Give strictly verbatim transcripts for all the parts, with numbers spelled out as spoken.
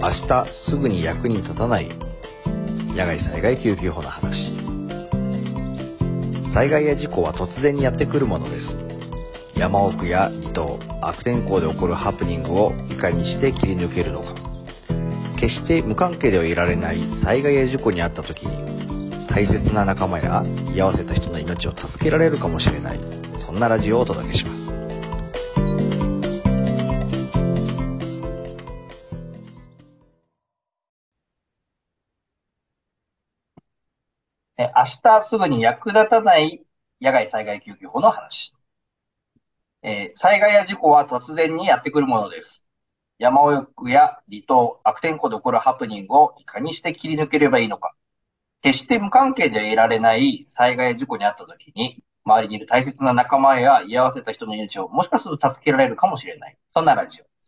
明日すぐに役に立たない野外災害救急法の話。災害や事故は突然にやってくるものです。山奥や離島、悪天候で起こるハプニングをいかにして切り抜けるのか。決して無関係ではいられない災害や事故にあった時に大切な仲間や居合わせた人の命を助けられるかもしれない、そんなラジオをお届けします。 え明日すぐに役立たない野外災害救急法の話。えー災害や事故は突然にやってくるものです。山奥や離島、悪天候で起こるハプニングをいかにして切り抜ければいいのか。決して無関係ではいられない災害や事故にあったときに、周りにいる大切な仲間や居合わせた人の命をもしかすると助けられるかもしれない。そんなラジオです。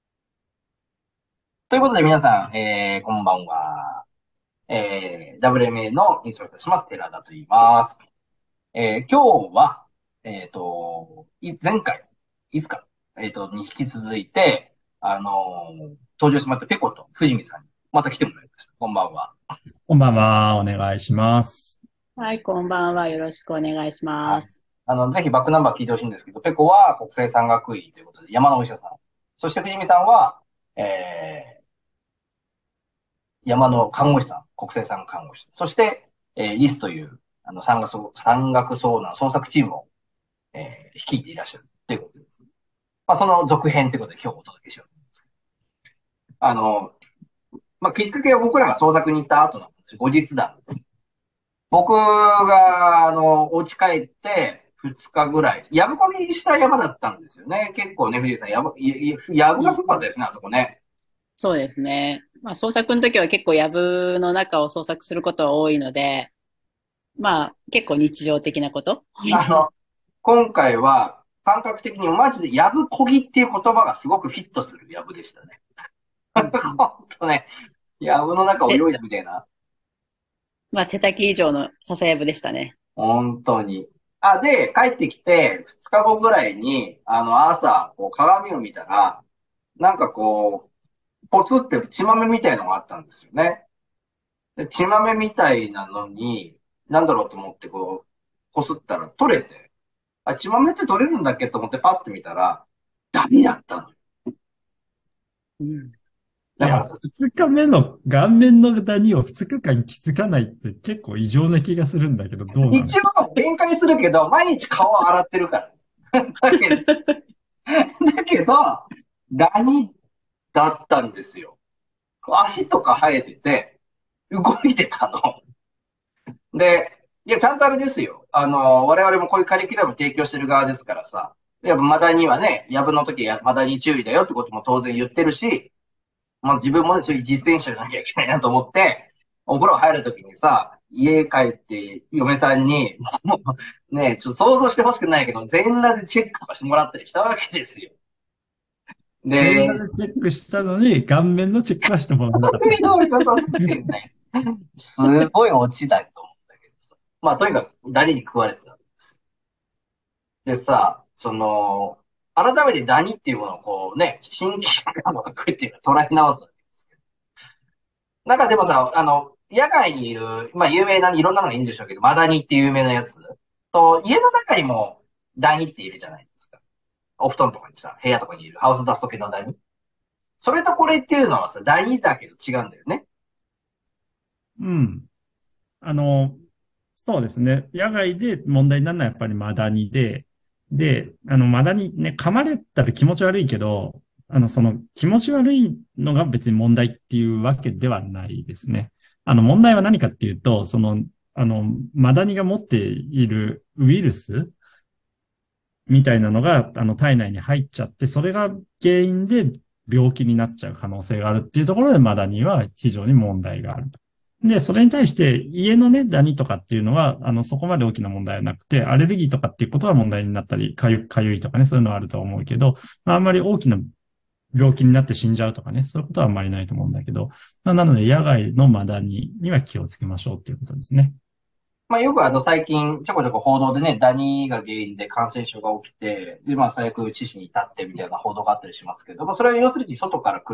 ということで皆さん、えー、こんばんは。えー、ダブリューエムエー のインストラクターします。寺田と言います。えー、今日は、えっ、と、い前回、いつか、えっ、と、に引き続いて、あのー登場してもらったペコと藤見さんにまた来てもらいました。こんばんは。 こんばんは。お願いします。 はい、こんばんは。よろしくお願いしはい。 ます。 あの、ぜひバックナンバー聞いてほしいんですけど、ペコは国際山岳医ということで山のお医者さん。そして藤見さんは、えー、山の看護師さん。国際山岳看護師。そして、えー、イスという、あの、山岳遭山岳遭難捜索チームを、えー、率いていらっしゃるということですね。まあ、その続編ということで今日お届けしようと思います。あの、まあ、きっかけは僕らが捜索に行った後の後日談。僕が、あの、お家帰ってふつかぐらい、やぶこぎした山だったんですよね。結構ね、藤井さん、やぶ、やぶがすごかったですね、あそこね。 そうですね。まあ、捜索の時は結構藪の中を捜索することは多いので、まあ、結構日常的なこと。 あの、今回は感覚的にマジでやぶこぎっていう言葉がすごくフィットするやぶでしたね。 うんうん、 ほんとね、やぶの中をせ、 泳いだみたいな。 まあ、背丈以上の笹藪でしたね。 本当に。あ、で、帰ってきて、ふつかごぐらいに、あの、朝、こう、鏡を見たら、なんかこう、ポツって血豆みたいのがあったんですよね。で、血豆みたいなのに、なんだろうと思って、こう、こすったら取れて、あ、血豆って取れるんだっけと思ってパッて見たら、ダメだったの。 うん。 いや、 だからさ、 二日目の顔面のダニを二日間気づかないって結構異常な気がするんだけど、どうなの？ 一応弁解にするけど、毎日顔を洗ってるから。だけど、だけど、ダニだったんですよ。足とか生えてて、動いてたの。で、いや、ちゃんとあれですよ。あの、我々もこういうカリキュラム提供してる側ですからさ、やっぱマダニはね、ヤブの時はマダニ注意だよってことも当然言ってるし、まあ自分もね、そういう実践者じゃなきゃいけないなと思って、お風呂入るときにさ、家帰って嫁さんに、もうね、ちょっと想像してほしくないけど、全裸でチェックとかしてもらったりしたわけですよ。 全で、 裸でチェックしたのに顔面のチェックはしてもらわなかった。 の方するけどね、すごいオチだと思うんだけどさ。まあとにかくダニに食われてたわけですよ。でさ、その、改めてダニっていうものをこうね、新規感覚っていうのを捉え直すわけですけど。なんかでもさ、あの、野外にいる、まあ有名な、いろんなのがいいんでしょうけど、マダニっていう有名なやつと、家の中にもダニっているじゃないですか。お布団とかにさ、部屋とかにいるハウスダスト系のダニ。それとこれっていうのはさ、ダニだけど違うんだよね。 うん。あの、そうですね。野外で問題になるのはやっぱりマダニで、で、あの、マダニね、噛まれたら気持ち悪いけど、あの、その気持ち悪いのが別に問題っていうわけではないですね。あの、問題は何かっていうと、その、あの、マダニが持っているウイルスみたいなのが、あの、体内に入っちゃって、それが原因で病気になっちゃう可能性があるっていうところで、マダニは非常に問題があると。で、それに対して家のね、ダニとかっていうのは、あの、そこまで大きな問題はなくて、アレルギーとかっていうことは問題になったり、かゆ、かゆいとかね、そういうのはあると思うけど、まあ、あんまり大きな病気になって死んじゃうとかね、そういうことはあんまりないと思うんだけど、まあ、なので、野外のマダニには気をつけましょうっていうことですね。 まあよくあの最近ちょこちょこ報道でね、ダニが原因で感染症が起きて、でまあ最悪致死に至ってみたいな報道があったりしますけど、まあそれは要するに外から来る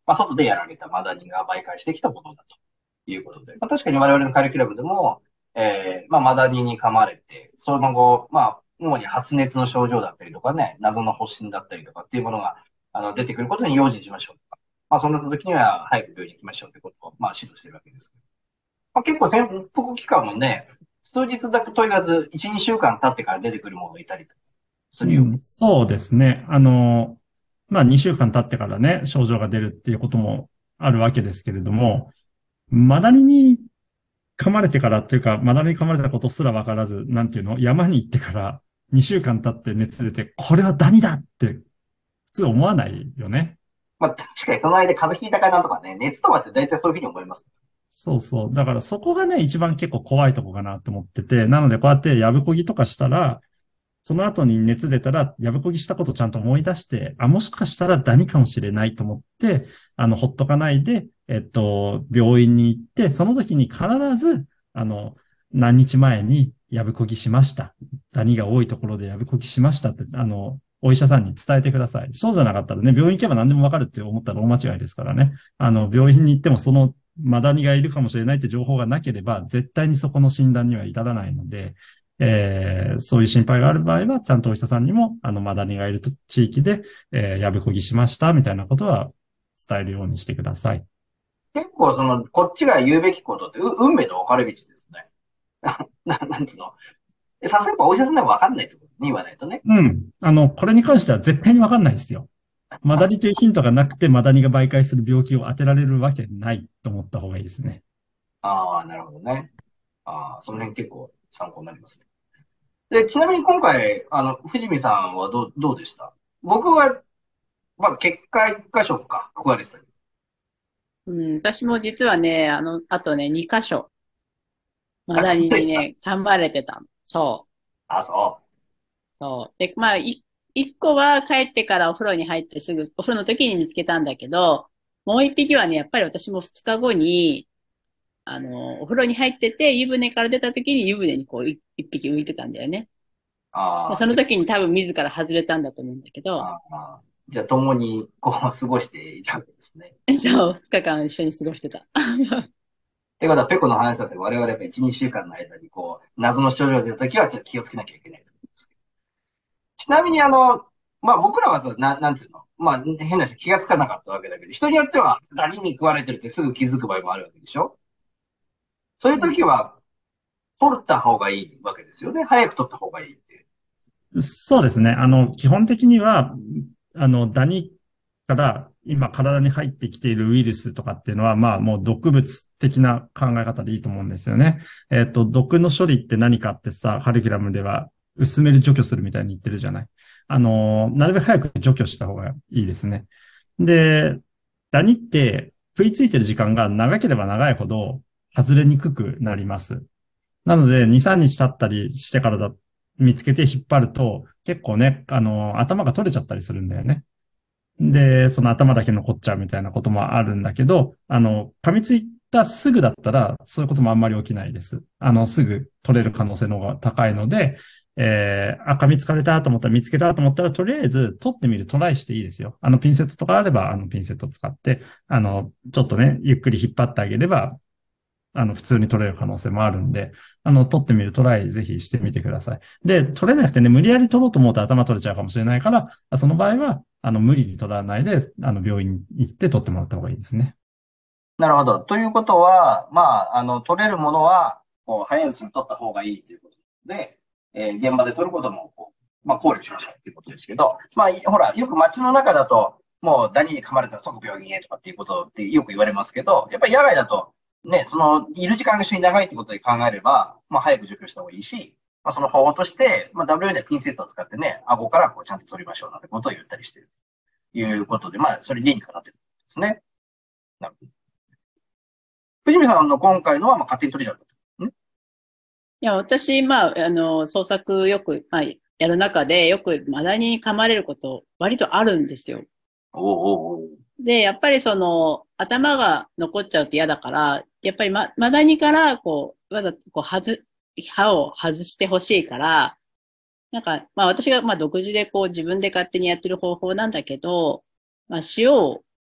まあ、外でやられたマダニが媒介してきたものだということで、まあ、確かに我々のカリキュラムでも、えー、まあ、マダニに噛まれて、その後、まあ、主に発熱の症状だったりとかね、謎の発疹だったりとかっていうものが、あの、出てくることに用心しましょうとか、まあ、そんな時には早く病院に行きましょうということを、まあ、指導してるわけですけど。まあ、結構潜伏期間もね、数日だけ問いがず、いち、にしゅうかん経ってから出てくるものがいたりするよ。 うん、そうですね。あの、まあ、にしゅうかん経ってからね、症状が出るっていうこともあるわけですけれども、マダニに噛まれてからっていうか、マダニに噛まれたことすらわからず、なんていうの、山に行ってからにしゅうかん経って熱出て、これはダニだって普通思わないよね。 まあ、確かにその間風邪ひいたかなとかね、熱とかって大体そういうふうに思います。 そうそう。だからそこがね、一番結構怖いとこかなと思ってて、なのでこうやってやぶこぎとかしたら、その後に熱出たら、やぶこぎしたことちゃんと思い出して、あ、もしかしたらダニかもしれないと思って、あの、ほっとかないで、えっと、病院に行って、その時に必ず、あの、何日前にやぶこぎしました。ダニが多いところでやぶこぎしましたって、あの、お医者さんに伝えてください。そうじゃなかったらね、病院行けば何でもわかるって思ったら大間違いですからね。あの、病院に行ってもそのマダニがいるかもしれないって情報がなければ、絶対にそこの診断には至らないので、えー、そういう心配がある場合は、ちゃんとお医者さんにも、あの、マダニがいる地域で、えー、やぶこぎしました、みたいなことは伝えるようにしてください。 結構その、こっちが言うべきことって、う運命の分かれ道ですね。な、なんつうの。さすがにやっぱお医者さんでも分かんないってことに言わないとね。 うん。あの、これに関しては絶対に分かんないですよ。マダニというヒントがなくて、マダニが媒介する病気を当てられるわけないと思った方がいいですね。 ああ、なるほどね。ああ、その辺結構参考になりますね。で、ちなみに今回、あの、藤見さんはどう、どうでした？僕は、まあ、結果一箇所か、ここでしたけど。 うん、私も実はね、あの、あとね、に箇所、マダニにね、噛まれてたの。そう。 あ、そそう。で、まあ、い、一個は帰ってからお風呂に入ってすぐ、お風呂の時に見つけたんだけど、もう一匹はね、やっぱり私も二日後に、あの、お風呂に入ってて、湯船から出た時に湯船にこう、い一匹浮いてたんだよね。 う。ああ、 そのじゃ時に多分自ら外れたんだと思うんだけど、 ああ、じゃあ共にこう過ごしていたわけですね。 そう、二日間一緒に過ごしてた。 ってことは、ペコの話だって我々やっぱいち、にしゅうかんの間にこう、謎の症状が出た時はちょっと気をつけなきゃいけないと思うんですけど。ちなみにあの、まあ僕らはそう、な、なんていうの、まあ変な話気がつかなかったわけだけど、人によってはダニに食われてるってすぐ気づく場合もあるわけでしょ？そういう時は、取った方がいいわけですよね。早く取った方がいいって。 そうですね。あの、基本的には、あの、ダニから今体に入ってきているウイルスとかっていうのは、まあもう毒物的な考え方でいいと思うんですよね。えっと、毒の処理って何かってさ、カリキュラムでは薄める除去するみたいに言ってるじゃない。あの、なるべく早く除去した方がいいですね。で、ダニって食いついてる時間が長ければ長いほど外れにくくなります。なので、に、さんにち経ったりしてからだ、見つけて引っ張ると、結構ね、あの、頭が取れちゃったりするんだよね。で、その頭だけ残っちゃうみたいなこともあるんだけど、あの、噛みついたすぐだったら、そういうこともあんまり起きないです。あの、すぐ取れる可能性の方が高いので、えー、あ、噛みつかれたと思ったら、見つけたと思ったら、とりあえず取ってみる、トライしていいですよ。あの、ピンセットとかあれば、あの、ピンセットを使って、あの、ちょっとね、ゆっくり引っ張ってあげれば、あの、普通に取れる可能性もあるんで、あの、取ってみるトライぜひしてみてください。で、取れなくてね、無理やり取ろうと思うと頭取れちゃうかもしれないから、その場合は、あの、無理に取らないで、あの、病院に行って取ってもらった方がいいですね。 なるほど。ということは、まあ、あの、取れるものは、こう、早いうちに取った方がいいということで、えー、現場で取ることも、こう、まあ、考慮しましょうということですけど、まあ、ほら、よく街の中だと、もうダニに噛まれたら即病院へとかっていうことってよく言われますけど、やっぱり野外だと、ね、その、いる時間が一緒に長いってことで考えれば、まあ、早く除去した方がいいし、まあ、その方法として、まあ、ダブリュー ではピンセットを使ってね、顎からこうちゃんと取りましょうなんてことを言ったりしているということで、まあ、それ理にかなってるんですね。なるほど。藤見さんの今回のは、まあ、勝手に取れちゃった。んいや、私、まあ、あの、創作よく、まあ、やる中で、よくマダニに噛まれること割とあるんですよ。 おおおで、やっぱりその、頭が残っちゃうと嫌だから、やっぱりま、マダニから、こう、わざとこう、はず、歯を外してほしいから、なんか、まあ私が、まあ独自でこう自分で勝手にやってる方法なんだけど、まあ塩を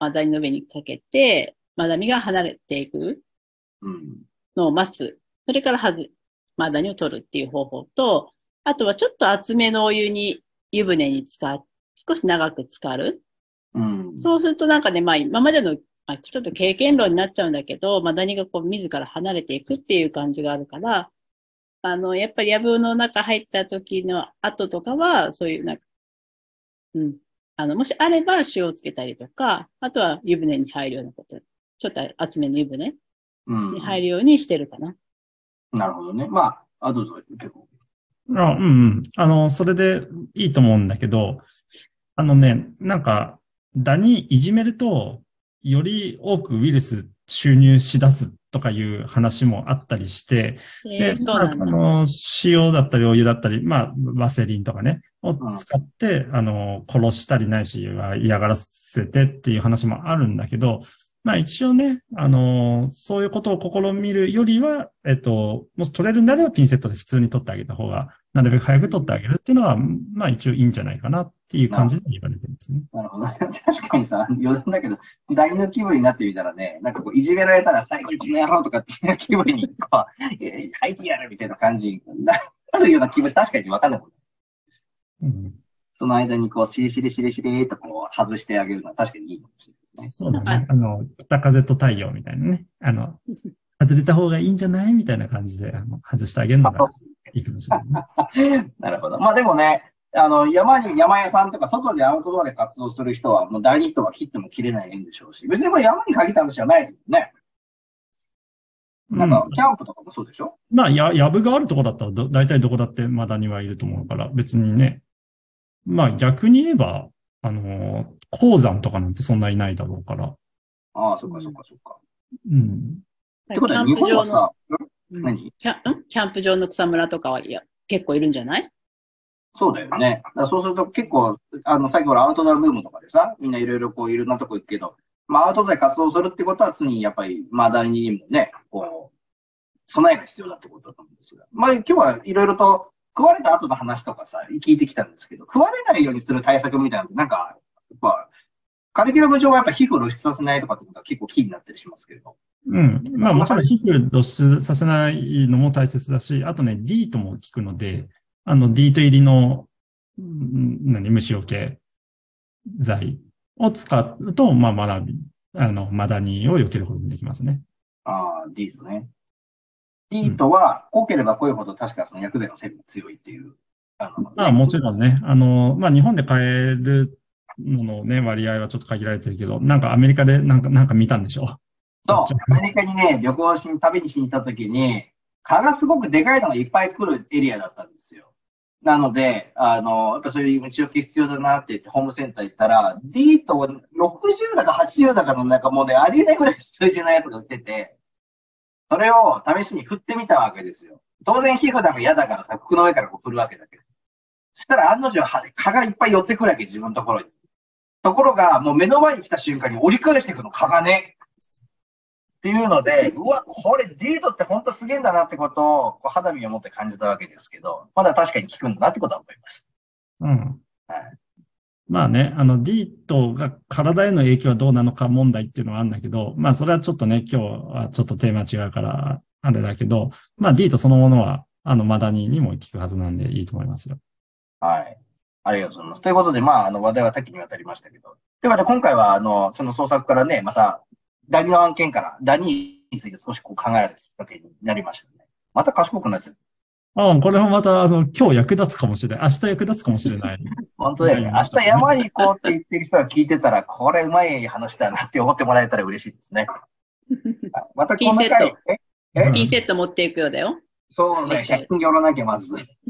マダニの上にかけて、マダニが離れていくのを待つ。それからはず、マダニを取るっていう方法と、あとはちょっと厚めのお湯に、湯船に浸か、少し長く浸かる。うん、そうするとなんかね、まあ今までの、まあ、ちょっと経験論になっちゃうんだけど、マダニがこう自ら離れていくっていう感じがあるから、あの、やっぱり藪の中入った時の後とかは、そういうなんか、うん。あの、もしあれば塩をつけたりとか、あとは湯船に入るようなこと、ちょっと厚めの湯船に入るようにしてるかな。 うん、なるほどね。まあ、あ、どうぞ、結構。 あ、うんうん。あの、それでいいと思うんだけど、あのね、なんか、ダニいじめると、より多くウイルス注入し出すとかいう話もあったりして、 えー、 で、まあ、その、塩だったりお湯だったり、まあ、ワセリンとかね、を使って、うん、あの、殺したりないし、嫌がらせてっていう話もあるんだけど、まあ一応ね、あのー、そういうことを試みるよりは、えっと、もし取れるんであればピンセットで普通に取ってあげた方が、なるべく早く取ってあげるっていうのは、まあ一応いいんじゃないかなっていう感じで言われてるんですね。 なるほど。確かにさ、余談だけど、ダニの気分になってみたらね、なんかこう、いじめられたら最後に決めやろうとかっていう気分に、こう、入ってやるみたいな感じになるような気分、確かにわかんないもんね。うん。その間にこう、しりしりしりしりとこう、外してあげるのは確かにいいかもしれないですね。 そうだね。あの、北風と太陽みたいなね。あの、外れた方がいいんじゃないみたいな感じで、あの、外してあげるのがいいかもしれない、ね。 なるほど。まあでもね、あの、山に、山屋さんとか外でアウトドアで活動する人は、もう大ニットは切っても切れない縁でしょうし、別にこれ山に限った話じゃないですもんね。なんか、キャンプとかもそうでしょ、 うん、まあ、や、やぶがあるとこだったらど、大体どこだってマダニはいると思うから、別にね。まあ逆に言えば、あの、鉱山とかなんてそんないないだろうから。 ああ、そっかそっかそっか。 うん。 ってことは日本はさ、何キャン、キャンプ場の草むらとかはいや結構いるんじゃない？ そうだよね。だそうすると結構、あの、さっきほらアウトドアブームとかでさ、みんないろいろこういろんなとこ行くけど、まあアウトドアで活動するってことは常にやっぱりマダニにもね、こう、備えが必要だってことだと思うんですが。まあ今日はいろいろと、食われた後の話とかさ、聞いてきたんですけど、食われないようにする対策みたいなのなんか、やっぱ、カリキュラム上はやっぱ皮膚を露出させないとかってことは結構キーになったりしますけれど。 うん。まあもちろん皮膚露出させないのも大切だし、あとね、ディートも効くので、あの、ディート入りの、何、虫除け剤を使うと、まあ、学び、あの、マダニを避けることができますね。 ああ、ディートね。ディートは濃ければ濃いほど確かその薬剤の成分が強いっていう。 あの、ね、ああもちろんね。あの、まあ、日本で買えるののね、割合はちょっと限られてるけど、なんかアメリカでなんか、なんか見たんでしょ？ そう。アメリカにね、旅行しに、旅にしに行った時に、蚊がすごくでかいのがいっぱい来るエリアだったんですよ。なので、あの、やっぱそういう虫除け必要だなって言ってホームセンター行ったら、ディートろくじゅうだかはちじゅうだかのなんかもうね、ありえないぐらい数字のやつが売ってて、それを試しに振ってみたわけですよ。当然皮膚なんか嫌だからさ、服の上からこう振るわけだけど。そしたら案の定、蚊がいっぱい寄ってくるわけ、自分のところに。ところが、もう目の前に来た瞬間に折り返していくの、蚊がね。っていうので、うわ、これディートって本当すげえんだなってことを、こう肌身を持って感じたわけですけど、まだ確かに効くんだなってことは思いました。 うん。はい。まあね、あの、ディートが体への影響はどうなのか問題っていうのはあるんだけど、まあそれはちょっとね、今日はちょっとテーマ違うから、あれだけど、まあディートそのものは、あの、マダニにも効くはずなんでいいと思いますよ。 はい。ありがとうございます。ということで、まあ、あの、話題は多岐にわたりましたけど。ということで、今回は、あの、その創作からね、また、ダニの案件から、ダニについて少しこう考えるきっかけになりましたね。また賢くなっちゃう。 ああ、これもまた、あの、今日役立つかもしれない。明日役立つかもしれない。 本当だよね。明日山に行こうって言ってる人が聞いてたら、これうまい話だなって思ってもらえたら嬉しいですね。またこの回、 ええピンセット持っていくようだよ。 そうね、ひゃっぷん寄らなきゃまず。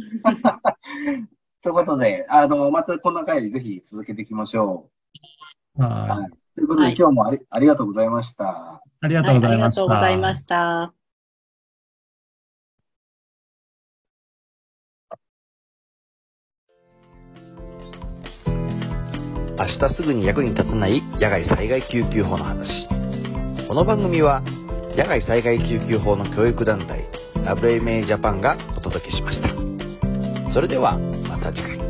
ということで、あの、またこの回ぜひ続けていきましょう。はい。ということで、はい、今日もあり、ありがとうございました。 ありがとうございました。 はい、ありがとうございました。 明日すぐに役に立たない野外災害救急法の話。この番組は野外災害救急法の教育団体ラブエイメイジャパンがお届けしました。それではまた次回。